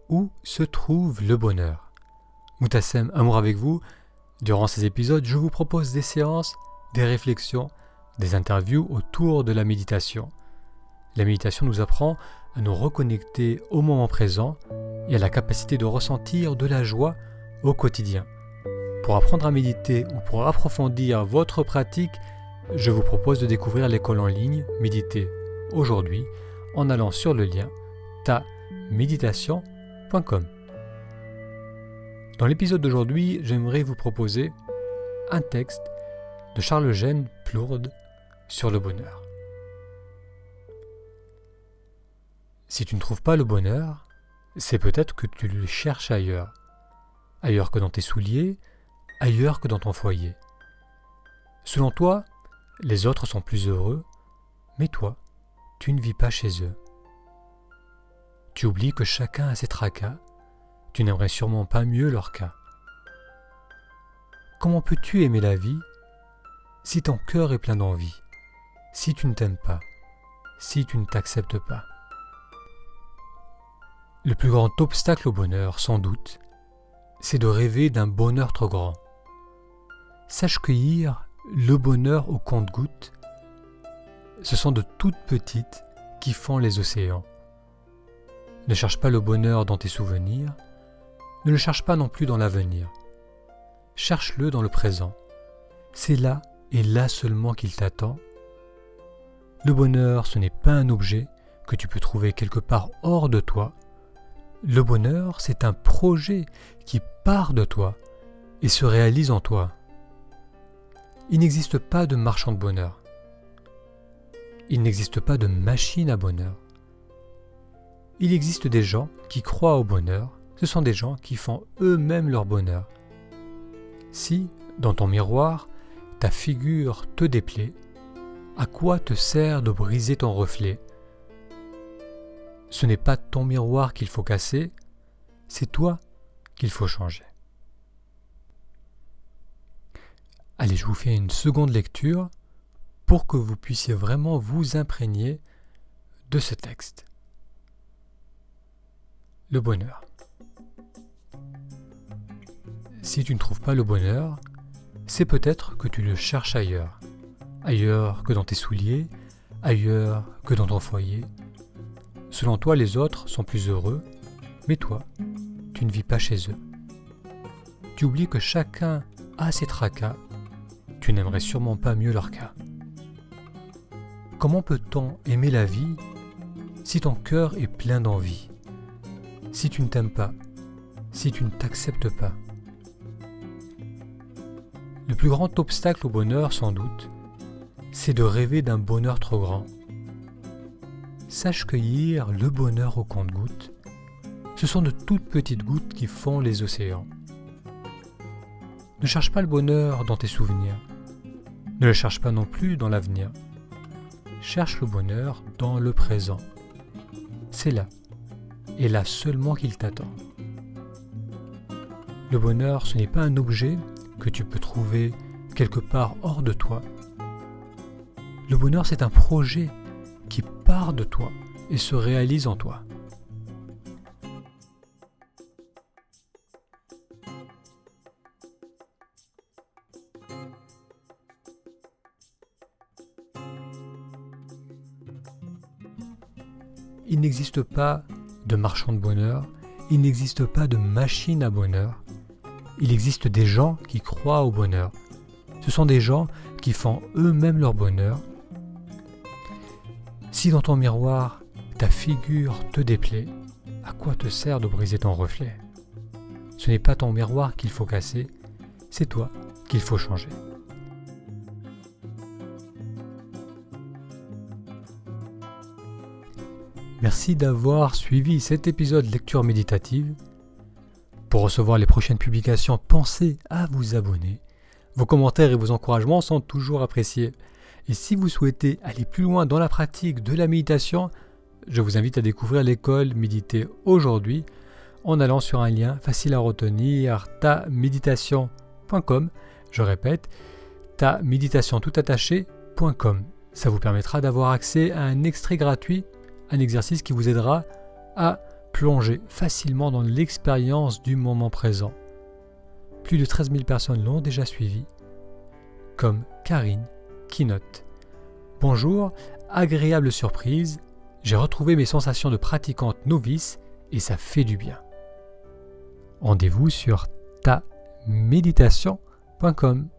Où se trouve le bonheur? Moutassem, amour avec vous. Durant ces épisodes, je vous propose des séances, des réflexions, des interviews autour de la méditation. La méditation nous apprend à nous reconnecter au moment présent et à la capacité de ressentir de la joie au quotidien. Pour apprendre à méditer ou pour approfondir votre pratique, je vous propose de découvrir l'école en ligne Méditer aujourd'hui en allant sur le lien taméditation.com. Dans l'épisode d'aujourd'hui, j'aimerais vous proposer un texte de Charles-Eugène Plourde sur le bonheur. Si tu ne trouves pas le bonheur, c'est peut-être que tu le cherches ailleurs. Ailleurs que dans tes souliers, ailleurs que dans ton foyer. Selon toi, les autres sont plus heureux, mais toi, tu ne vis pas chez eux. Tu oublies que chacun a ses tracas, tu n'aimerais sûrement pas mieux leur cas. Comment peux-tu aimer la vie si ton cœur est plein d'envie, si tu ne t'aimes pas, si tu ne t'acceptes pas? Le plus grand obstacle au bonheur, sans doute, c'est de rêver d'un bonheur trop grand. Sache cueillir le bonheur au compte-gouttes. Ce sont de toutes petites qui font les océans. Ne cherche pas le bonheur dans tes souvenirs, ne le cherche pas non plus dans l'avenir. Cherche-le dans le présent. C'est là et là seulement qu'il t'attend. Le bonheur, ce n'est pas un objet que tu peux trouver quelque part hors de toi. Le bonheur, c'est un projet qui part de toi et se réalise en toi. Il n'existe pas de marchand de bonheur. Il n'existe pas de machine à bonheur. Il existe des gens qui croient au bonheur. Ce sont des gens qui font eux-mêmes leur bonheur. Si, dans ton miroir, ta figure te déplaît, à quoi te sert de briser ton reflet? Ce n'est pas ton miroir qu'il faut casser, c'est toi qu'il faut changer. Allez, je vous fais une seconde lecture pour que vous puissiez vraiment vous imprégner de ce texte. Le bonheur. Si tu ne trouves pas le bonheur, c'est peut-être que tu le cherches ailleurs. Ailleurs que dans tes souliers, ailleurs que dans ton foyer. Selon toi, les autres sont plus heureux, mais toi, tu ne vis pas chez eux. Tu oublies que chacun a ses tracas, tu n'aimerais sûrement pas mieux leur cas. Comment peut-on aimer la vie si ton cœur est plein d'envie, si tu ne t'aimes pas, si tu ne t'acceptes pas? Le plus grand obstacle au bonheur, sans doute, c'est de rêver d'un bonheur trop grand. Sache cueillir le bonheur au compte-gouttes. Ce sont de toutes petites gouttes qui font les océans. Ne cherche pas le bonheur dans tes souvenirs. Ne le cherche pas non plus dans l'avenir. Cherche le bonheur dans le présent. C'est là, et là seulement qu'il t'attend. Le bonheur, ce n'est pas un objet que tu peux trouver quelque part hors de toi. Le bonheur, c'est un projet qui part de toi et se réalise en toi. Il n'existe pas de marchand de bonheur, il n'existe pas de machine à bonheur. Il existe des gens qui croient au bonheur. Ce sont des gens qui font eux-mêmes leur bonheur. Si dans ton miroir, ta figure te déplaît, à quoi te sert de briser ton reflet? Ce n'est pas ton miroir qu'il faut casser, c'est toi qu'il faut changer. Merci d'avoir suivi cet épisode lecture méditative. Pour recevoir les prochaines publications, pensez à vous abonner. Vos commentaires et vos encouragements sont toujours appréciés. Et si vous souhaitez aller plus loin dans la pratique de la méditation, je vous invite à découvrir l'école Méditer aujourd'hui en allant sur un lien facile à retenir, taméditation.com. Je répète, taméditation.com. Ça vous permettra d'avoir accès à un extrait gratuit, un exercice qui vous aidera à plonger facilement dans l'expérience du moment présent. Plus de 13 000 personnes l'ont déjà suivi, comme Karine qui note « Bonjour, agréable surprise, j'ai retrouvé mes sensations de pratiquante novice et ça fait du bien. » Rendez-vous sur taméditation.com.